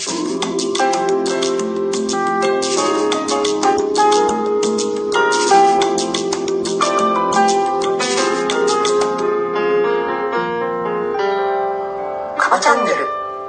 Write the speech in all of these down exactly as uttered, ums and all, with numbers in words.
カバチャンネル。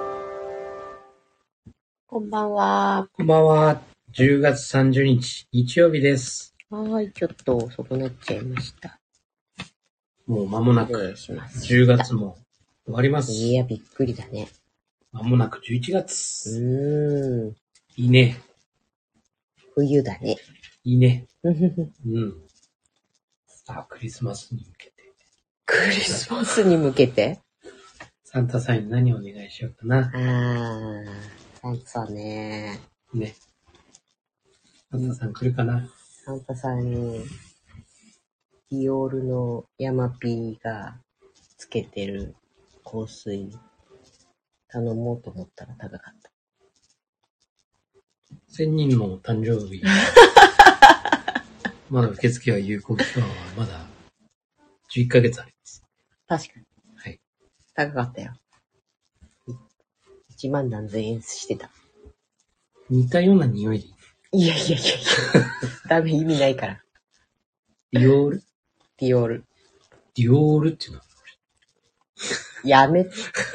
こんばんは。 こんばんは。じゅうがつさんじゅうにち、日曜日です。 はい、ちょっと遅くなっちゃいました。 もう間もなく、じゅうがつも終わります。 いや、びっくりだね。 間もなくじゅういちがうつ。 ーん。 いいね。 冬だね。 いいね。 うん。 さあ、クリスマスに向けて。 クリスマスに向けてサンタさんに何をお願いしようかな。 あー、サンタさんね。 ね。サンタさん来るかな。 サンタさんに、ディオールのヤマピーがつけてる香水頼もうと思ったら高かった。 せんにんの誕生日。まだ受付は有効期間はまだじゅういっかげつあります。 確かに。 はい。 高かったよ。いちまん何千円してた。 似たような匂いでいい。 いやいやいやいや。ダメ、意味ないから。 ディオールディオール。 ディオールっていうのはやめて。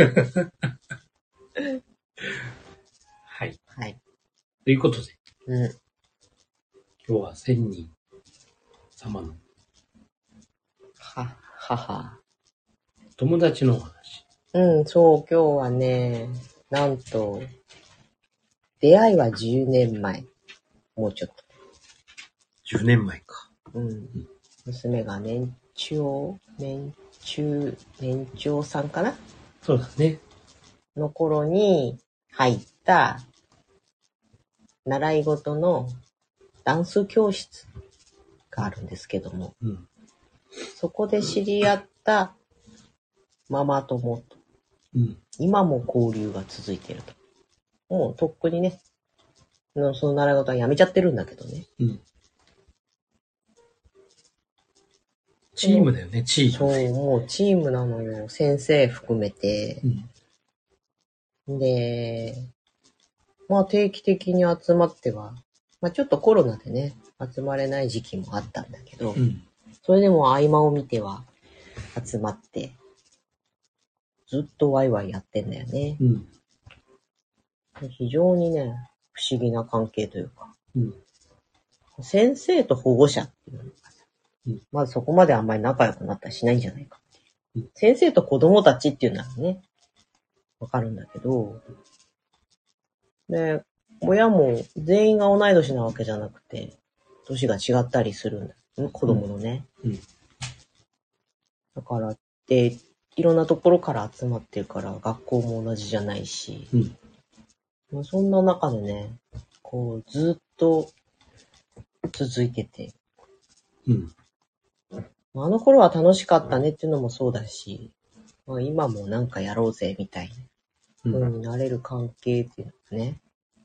はい。 はい。 ということで。 うん。 今日は千人様の。 は、はは。 友達のお話。 うん、そう、今日はね、なんと、出会いはじゅうねんまえ。もうちょっと。 じゅうねんまえか。 うん。娘が年長、年中、年長さんかなそうだね。 の頃に入った習い事のダンス教室があるんですけども、 うん、 そこで知り合ったママ友と、 うん、 今も交流が続いていると。もうとっくにね、その習い事はやめちゃってるんだけどね。 うん、チームだよね、チーム。 そう、もうチームなのよ。先生含めて。うん、で、まあ定期的に集まっては、まあちょっとコロナでね、集まれない時期もあったんだけど、うん、それでも合間を見ては集まって、ずっとワイワイやってんだよね。うん、非常にね、不思議な関係というか、うん、先生と保護者っていうのが、うん、まずそこまであんまり仲良くなったりしないんじゃないかっていう、うん、先生と子供たちっていうのはね、わかるんだけど、で、親も全員が同い年なわけじゃなくて、年が違ったりするんだ。子供のね。うんうん、だから、で、いろんなところから集まってるから、学校も同じじゃないし、うん、まあ、そんな中でね、こう、ずっと続いてて、うん、あの頃は楽しかったねっていうのもそうだし、まあ、今もなんかやろうぜみたいな風になれる関係っていうのがね、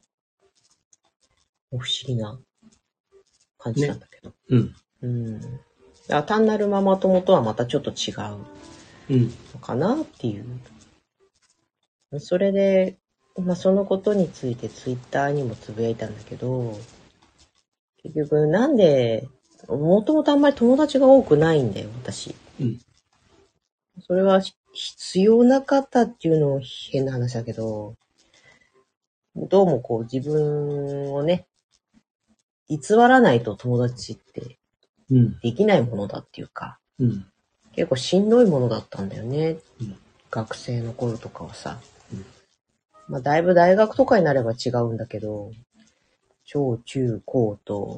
不思議な感じなんだけど。ね、うん。うん。だから単なるママ友とはまたちょっと違うのかなっていう。うん、それで、まあ、そのことについてツイッターにもつぶやいたんだけど、結局なんで、もともとあんまり友達が多くないんだよ、私。うん。それは必要なかったっていうのも変な話だけど、どうもこう自分をね、偽らないと友達ってできないものだっていうか、うん、結構しんどいものだったんだよね、うん、学生の頃とかはさ、うん、まあだいぶ大学とかになれば違うんだけど、小中高と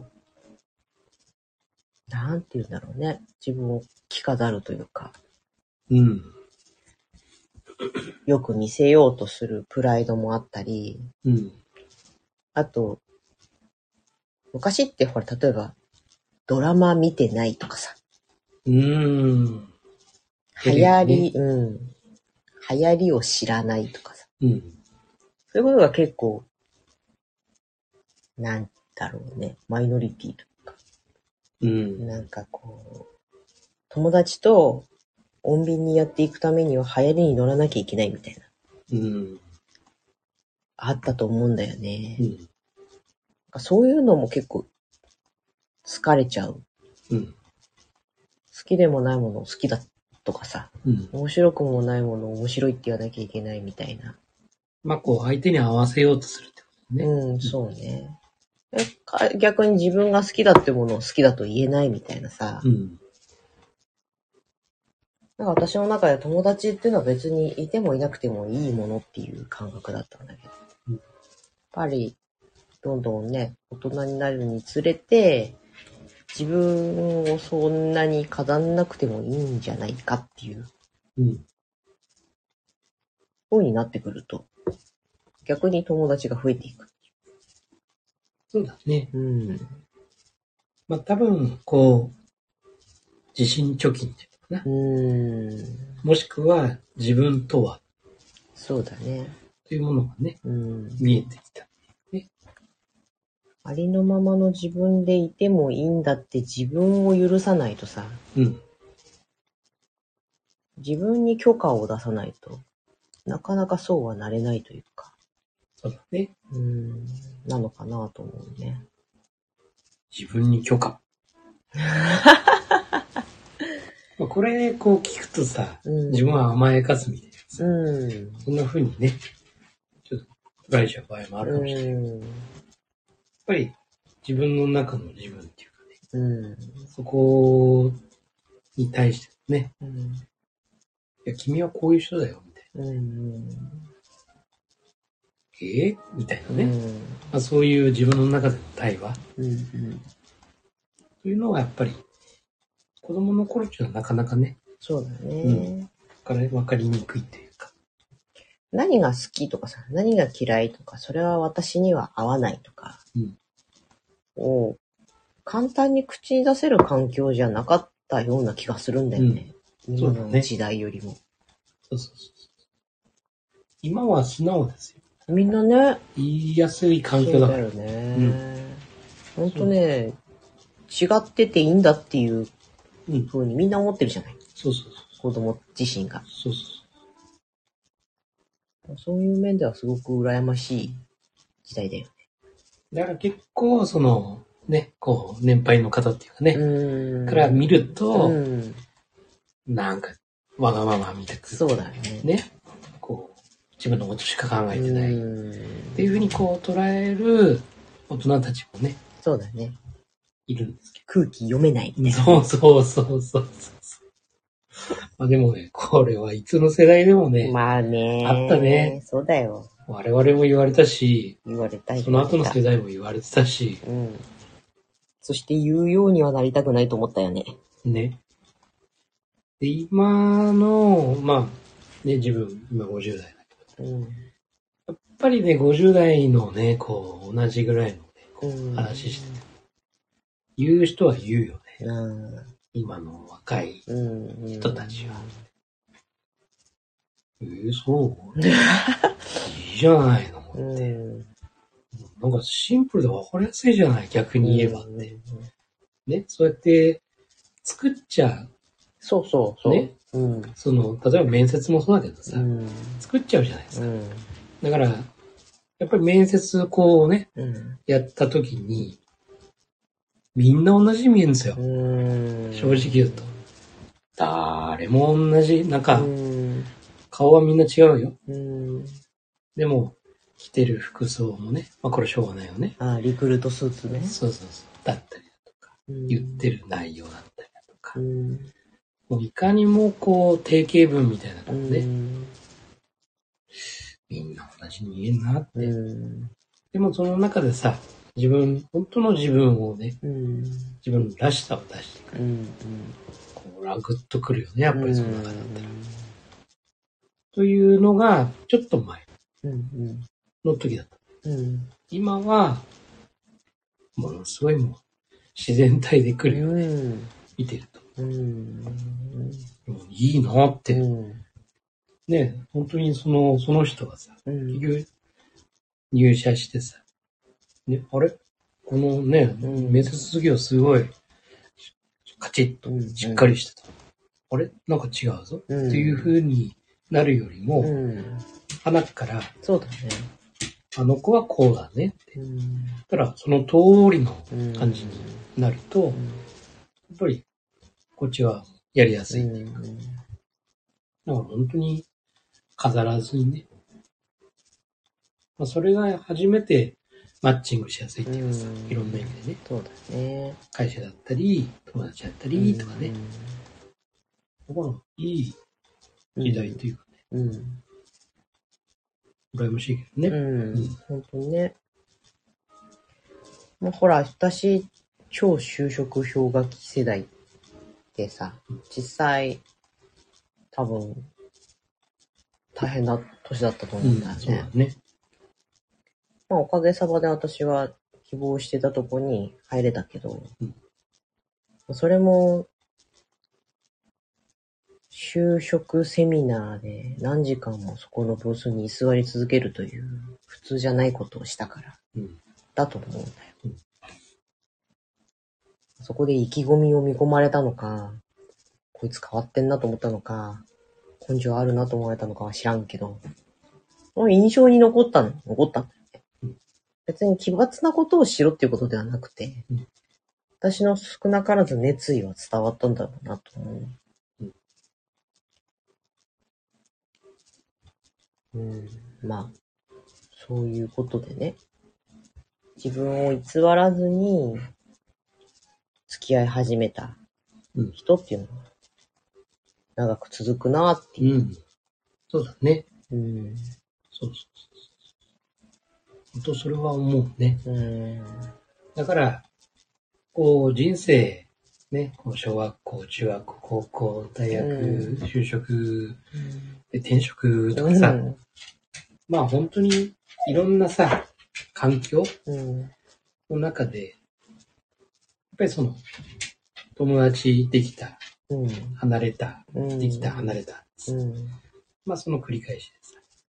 なんて言うんだろうね、自分を着飾るというか、うん、よく見せようとするプライドもあったり、うん、あと昔ってほら、例えば、ドラマ見てないとかさ。うーん。流行り、ね、うん。流行りを知らないとかさ。うん。そういうことが結構、なんだろうね。マイノリティというか。うん。なんかこう、友達と穏便にやっていくためには流行りに乗らなきゃいけないみたいな。うん。 あったと思うんだよね。 うん、 そういうのも結構疲れちゃう。 うん、 好きでもないものを好きだとかさ、 うん、 面白くもないものを面白いって言わなきゃいけないみたいな。 まあこう相手に合わせようとするってことね。 うん、そうね。逆に自分が好きだってものを好きだと言えないみたいなさ。 うん、 なんか私の中で友達っていうのは別にいてもいなくてもいいものっていう感覚だったんだけど。 うん、 やっぱりどんどんね、大人になるにつれて、自分をそんなに飾んなくてもいいんじゃないかっていう、 うん、 風になってくると、逆に友達が増えていく。 そうだね。 うん。 まあ多分、こう、自信貯金っていうのかな。 うん。 もしくは自分とは。 そうだね。 というものがね、 うん。 見えてきた。ね、 ありのままの自分でいてもいいんだって自分を許さないとさ、 うん。 自分に許可を出さないとなかなかそうはなれないというか、 そうだね。 うーん、なのかなと思うね。 自分に許可。まあこれ、こう聞くとさ、 うん、 自分は甘やかすみたいなさ、 うん、 そんな風にね、ちょっと捉えちゃう場合もあるかもしれない。 うん、 やっぱり自分の中の自分っていうかね、 うん、 そこに対してね、 うん、 いや、君はこういう人だよ、みたいな。 うん、 えー、みたいなね、 うん、 まあ。そういう自分の中での対話うん、うん。 というのはやっぱり子供の頃っていうのはなかなかね、 そうだね。 うん、から分かりにくいというか。 何が好きとかさ、何が嫌いとか、それは私には合わないとか、 うん、 を簡単に口に出せる環境じゃなかったような気がするんだよね。うん、今の時代よりも。 そうそうそう。今は素直ですよ。 みんなね。 言いやすい環境だから。 そうだよね。うん、ほんとね、違ってていいんだっていう風にみんな思ってるじゃない。 そうそうそう。 子供自身が。 そうそうそう。そういう面ではすごく羨ましい時代だよね。 だから結構、その、ね、こう、年配の方っていうかね、 うんから見ると、 うん、 なんか、わがままみたいな。 そうだね。 ね。こう、自分のことしか考えてない。 うんっていうふうにこう捉える大人たちもね、 そうだね。 いるんですけ空気読めないみたいな。 ど。そうそうそうそうそう。まあでもね、これはいつの世代でもね、 まあね。 あったね。 そうだよ。 我々も言われたし、 言われたい。 その後の世代も言われてたし、 うん。そして言うようにはなりたくないと思ったよね。 ね。で、今の、まあ、ね、自分、今ごじゅう代だけど、うん、やっぱりね、ごじゅう代のね、こう、同じぐらいのね、こう話してて、言う人は言うよね。うん、今の若い人たちは。うんうん、えー、そういいじゃないのって、うん。なんかシンプルで分かりやすいじゃない、逆に言えばって。うんうんうん、ね、そうやって作っちゃう。 そうそうそう。 ね。うん、その、例えば面接もそうだけどさ、うん、作っちゃうじゃないですか。うん、だから、やっぱり面接こうね、うん、やった時に、みんな同じに見えるんですよ。うん、正直言うと。誰も同じ、なんか、うん、顔はみんな違うよ。うん、でも、着てる服装もね、まあこれしょうがないよね。 ああ、リクルートスーツね。 そうそうそう。だったりだとか、うん、言ってる内容だったりだとか。うん、もういかにもこう定型文みたいなのね、うん、みんな同じに見えんなって、うん。でもその中でさ、自分、本当の自分をね、うん、自分のらしさを出してくる。うんうん、これはグッとくるよね、やっぱりその中だったら。うん、というのが、ちょっと前の時だった。うんうん、今は、ものすごいもう、自然体で来るよね、うん、見てると。うん、もういいなって。うんね、本当にその、その人がさ、うん、結局、入社してさ、ね、あれこのね、うん、面接授業すごい、カチッと、しっかりしてた。うん、あれなんか違うぞ、うん、っていう風になるよりも、うん、花から、 そうだね。 あの子はこうだねって。 うん、 たら、その通りの感じになると、うん、やっぱり、こっちはやりやすいっていうか。うん、だから本当に飾らずにね。まあ、それが初めてマッチングしやすいっていうかさ、うん、いろんな意味でね。 そうだね。 会社だったり、友達だったりとかね。だから、いい時代というかね。うん。羨ましいけどね。 うん。うん、本当にね。もうほら、私、超就職氷河期世代ってさ、実際、多分、大変な年だったと思うんだよね。うん、そうだね。まあ、おかげさまで私は希望してたとこに入れたけど、うん、それも、就職セミナーで何時間もそこのブースに居座り続けるという普通じゃないことをしたから、うん、だと思うんだよ、うん。そこで意気込みを見込まれたのか、こいつ変わってんなと思ったのか、根性あるなと思われたのかは知らんけど、印象に残ったの、残ったんだよね。うん、別に奇抜なことをしろっていうことではなくて、うん、私の少なからず熱意は伝わったんだろうなと思う。うん、まあ、そういうことでね、自分を偽らずに付き合い始めた人っていうのは長く続くなっていう。うん、 そうだね。うん、そうそうそう。本当それは思うね。うん、だから、こう人生、ね、こう小学校、中学校、高校、大学、うん、就職、で転職とかさ、うん、まあ本当にいろんなさ、環境の中で、やっぱりその、友達できた、うん、離れた、できた、離れた、うん、まあその繰り返しです。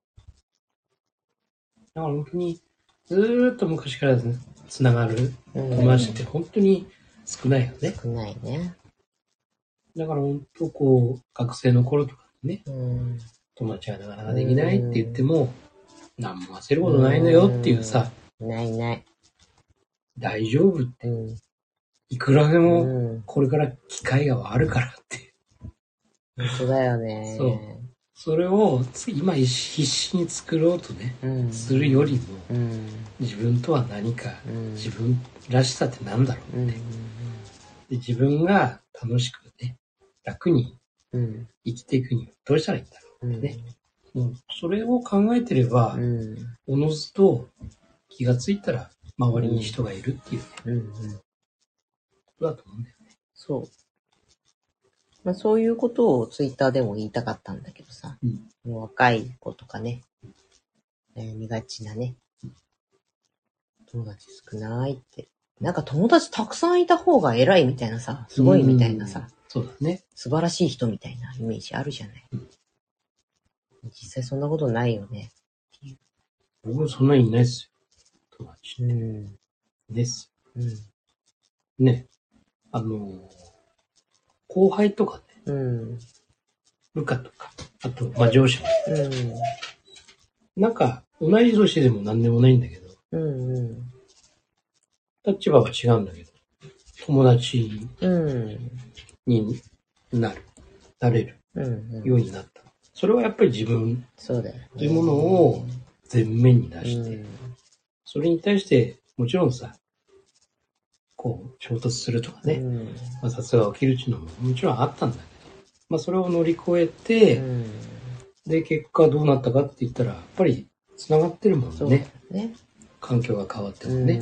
だから本当に、ずーっと昔からつながる友達って本当に少ないよね。 少ないね。 だから本当こう、学生の頃とかね、うん、友達がなかなかできないって言っても、何も焦ることないのよっていうさ、 ないない。 大丈夫って、うん、いくらでもこれから機会があるからって。 本当だよね。 そう。それを今必死に作ろうとね、うん、するよりも、うん、自分とは何か、うん、自分らしさって何だろうって、うん、で自分が楽しくね、楽に生きていくにはどうしたらいいんだろうってね。うん、もうそれを考えてれば、うん、おのずと気がついたら周りに人がいるっていうね、うんうん、ことだと思うんだよね。 そう。まあ、そういうことをツイッターでも言いたかったんだけどさ、うん、もう若い子とかね、悩みがちなね、友達少ないって。なんか友達たくさんいた方が偉いみたいなさ、すごいみたいなさ、 そうだね。 素晴らしい人みたいなイメージあるじゃない。うん、実際そんなことないよね。 僕もそんなにいないっすよ。友達って。うん、です。うん、ね。あのー、後輩とかね、うん、部下とか、あと、まあ、上司も、うん、なんか、同じ年でも何でもないんだけど、うんうん、立場は違うんだけど、友達になる、なれるようになった。うんうん、それはやっぱり自分というものを前面に出して、うん、それに対してもちろんさ、こう衝突するとかね、うん、摩擦が起きるっていうのももちろんあったんだけど、まあそれを乗り越えて、うん、で結果どうなったかって言ったらやっぱり繋がってるもんね。そうね。環境が変わってもね。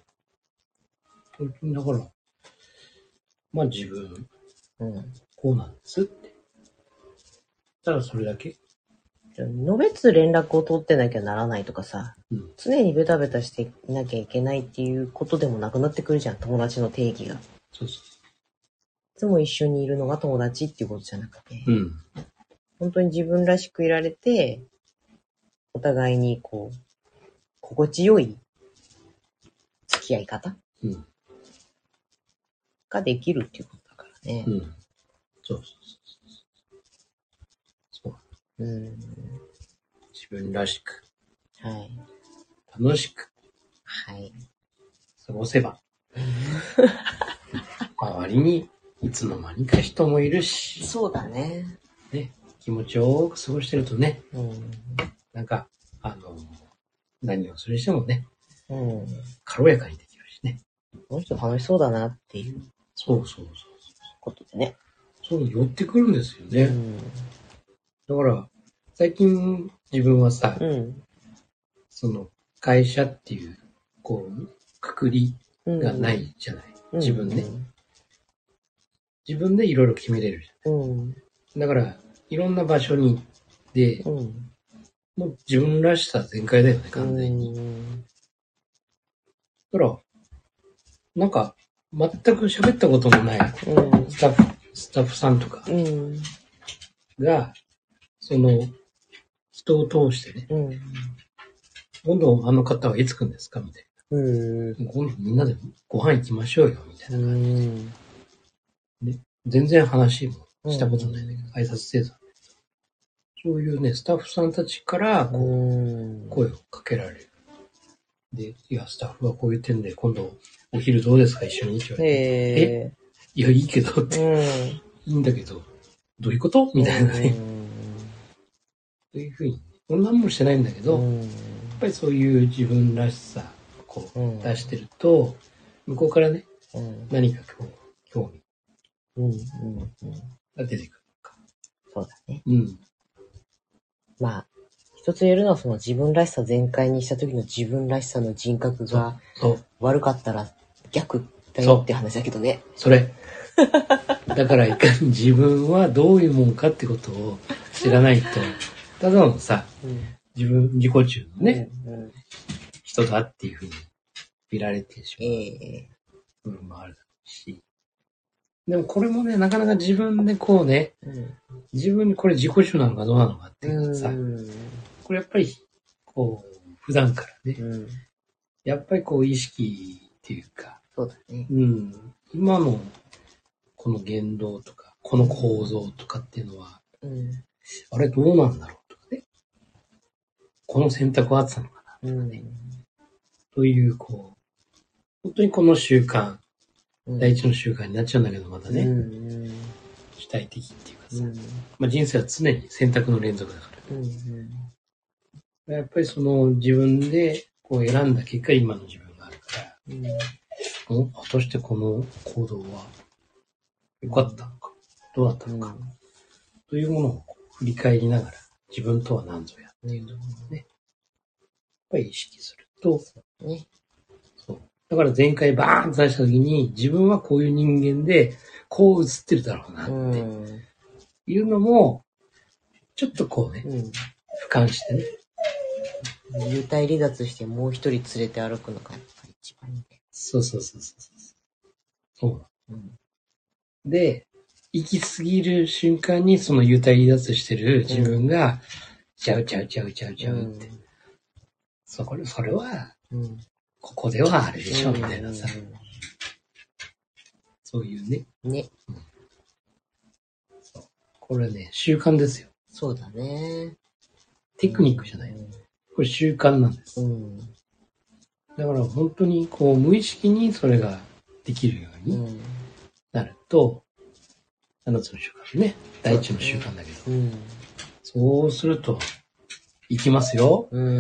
うん、だから、まあ自分、うん、こうなんですって。ただそれだけ。 のべつ連絡を取ってなきゃならないとかさ、うん、常にベタベタしていなきゃいけないっていうことでもなくなってくるじゃん、友達の定義が。そうそう。いつも一緒にいるのが友達っていうことじゃなくて、うん、本当に自分らしくいられて、お互いにこう、心地よい付き合い方、うん、ができるっていうことだからね。うん、そうそうそう。そう。うん。 自分らしく。 はい。 楽しく、 はい。 過ごせば、周りにいつの間にか人もいるし、 そうだね。 ね、気持ちよく過ごしてるとね、 うん、 なんか、あの、何をするにしてもね、 うん、 軽やかにできるしね。 この人楽しそうだなっていう。 そうそうそう。 ことでね。 そう、寄ってくるんですよね。 うん、 だから、最近自分はさ、 うん、 その、会社っていう、こう、くくりがないじゃない。うん、自分で、うん。自分でいろいろ決めれるじゃない。うん、だから、いろんな場所に行って、うん、もう自分らしさ全開だよね、完全に。うん、だから、なんか、全く喋ったこともない、うん、スタッフ、スタッフさんとかが、うん、その、人を通してね、うん、今度あの方はいつ来るんですかみたいな。うん、今度みんなでご飯行きましょうよ、みたいな感じで。うん、で全然話もしたことないんだけど、うん、挨拶程度。そういうね、スタッフさんたちから、こう、うん、声をかけられる。で、いや、スタッフはこう言ってんで、今度お昼どうですか一緒にって言われて。えいや、いいけどって、うん。いいんだけど、どういうことみたいなね。そういうふうに、俺何もしてないんだけど、うん、やっぱりそういう自分らしさをこう、うん、出してると、向こうからね、うん、何かこう、興味が出てくるか。 そうだね。うん。まあ、一つ言えるのはその自分らしさ全開にした時の自分らしさの人格が悪かったら逆だよって話だけどね。 それ。だからいかに自分はどういうもんかってことを知らないと、ただのさ、うん、自分、自己中のね、うんうん、人だっていうふうに見られてしまう部分もあるし。でもこれもね、なかなか自分でこうね、うん、自分にこれ自己中なのかどうなのかっていうのはさ、うん、これやっぱり、こう、普段からね、うん、やっぱりこう意識っていうか、 そうだね。 うん、今のこの言動とか、この構造とかっていうのは、うん、あれどうなんだろうとかね、この選択はあってたのかなとかね、うん、という、こう、本当にこの習慣、うん、第一の習慣になっちゃうんだけど、またね、うん、主体的っていうかさ、うん、まあ、人生は常に選択の連続だから、うんうん、やっぱりその自分でこう選んだ結果、今の自分があるから、うん、果たしてこの行動は良かったのか、どうだったのか、うん、というものを振り返りながら、自分とは何ぞやっていうところをね、やっぱり意識すると、ね、そう。だから前回バーンと出した時に、自分はこういう人間で、こう映ってるだろうなっていうのも、ちょっとこうね、うん、俯瞰してね。 幽体離脱してもう一人連れて歩くのがやっぱり一番いいね。 そうそうそうそう。そう、うん。で、行き過ぎる瞬間にその幽体離脱してる自分が、うん、ちゃうちゃうちゃうちゃうちゃうって。うん、そこ、それは、うん、ここではあれでしょ、みたいなさ、うんうんうん。そういうね。ね、うん。そう。これはね、習慣ですよ。 そうだね。 テクニックじゃない。うん、これ習慣なんです。うん、だから本当にこう無意識にそれができるようになると、ななつの習慣ね、第一の習慣だけど、うん、そうすると、いきますよ。うん、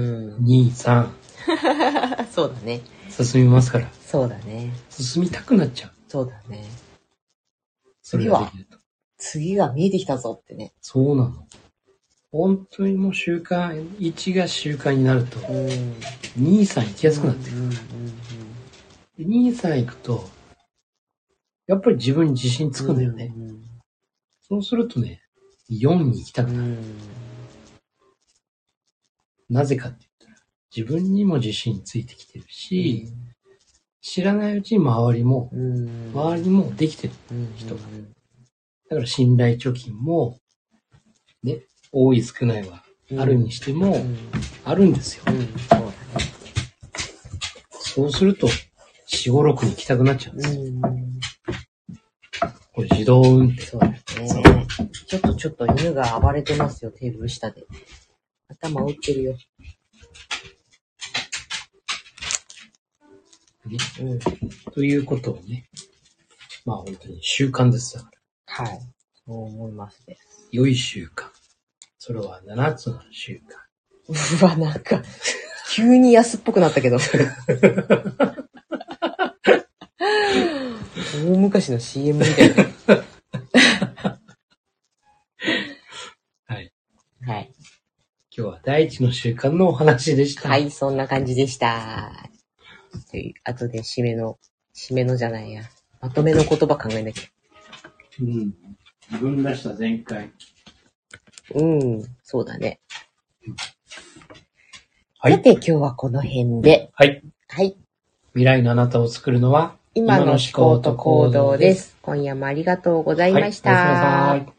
に、さん。 そうだね。 進みますから。 そうだね。 進みたくなっちゃう。 そうだね。次は、次が見えてきたぞってね。 そうなの。本当にもう習慣、いちが習慣になると、うん、に、さん行きやすくなってくる。うんうんうん、に、さん行くと、やっぱり自分に自信つくんだよね。うんうん、そうするとね、よんに行きたくなる。うん、なぜかって言ったら、自分にも自信ついてきてるし、うん、知らないうちに周りも、うん、周りにもできてる人が。だから信頼貯金も、ね、多い少ないはあるにしても、うん、あるんですよ。うん、そうだね。そうすると、よん、ご、ろくに行きたくなっちゃうんですよ。うん、これ自動運転。 そうだね。ちょっとちょっと犬が暴れてますよ、テーブル下で。頭打ってるよ。 ね。うん。ということをね。まあ本当に習慣ですだから。 はい。そう思いますね。 良い習慣。それはななつの習慣。うわ、なんか、急に安っぽくなったけど。大昔の シーエム みたいな。 はい。 はい。 今日は第一の習慣のお話でした。 はい、そんな感じでした。という、後で締めの、締めのじゃないや。まとめの言葉考えなきゃ。 うん。自分出した前回。 うん、そうだね。はい。さて今日はこの辺で。 はい。 はい。 未来のあなたを作るのは今の思考と行動です。今夜もありがとうございました。はい、おやすみなさい。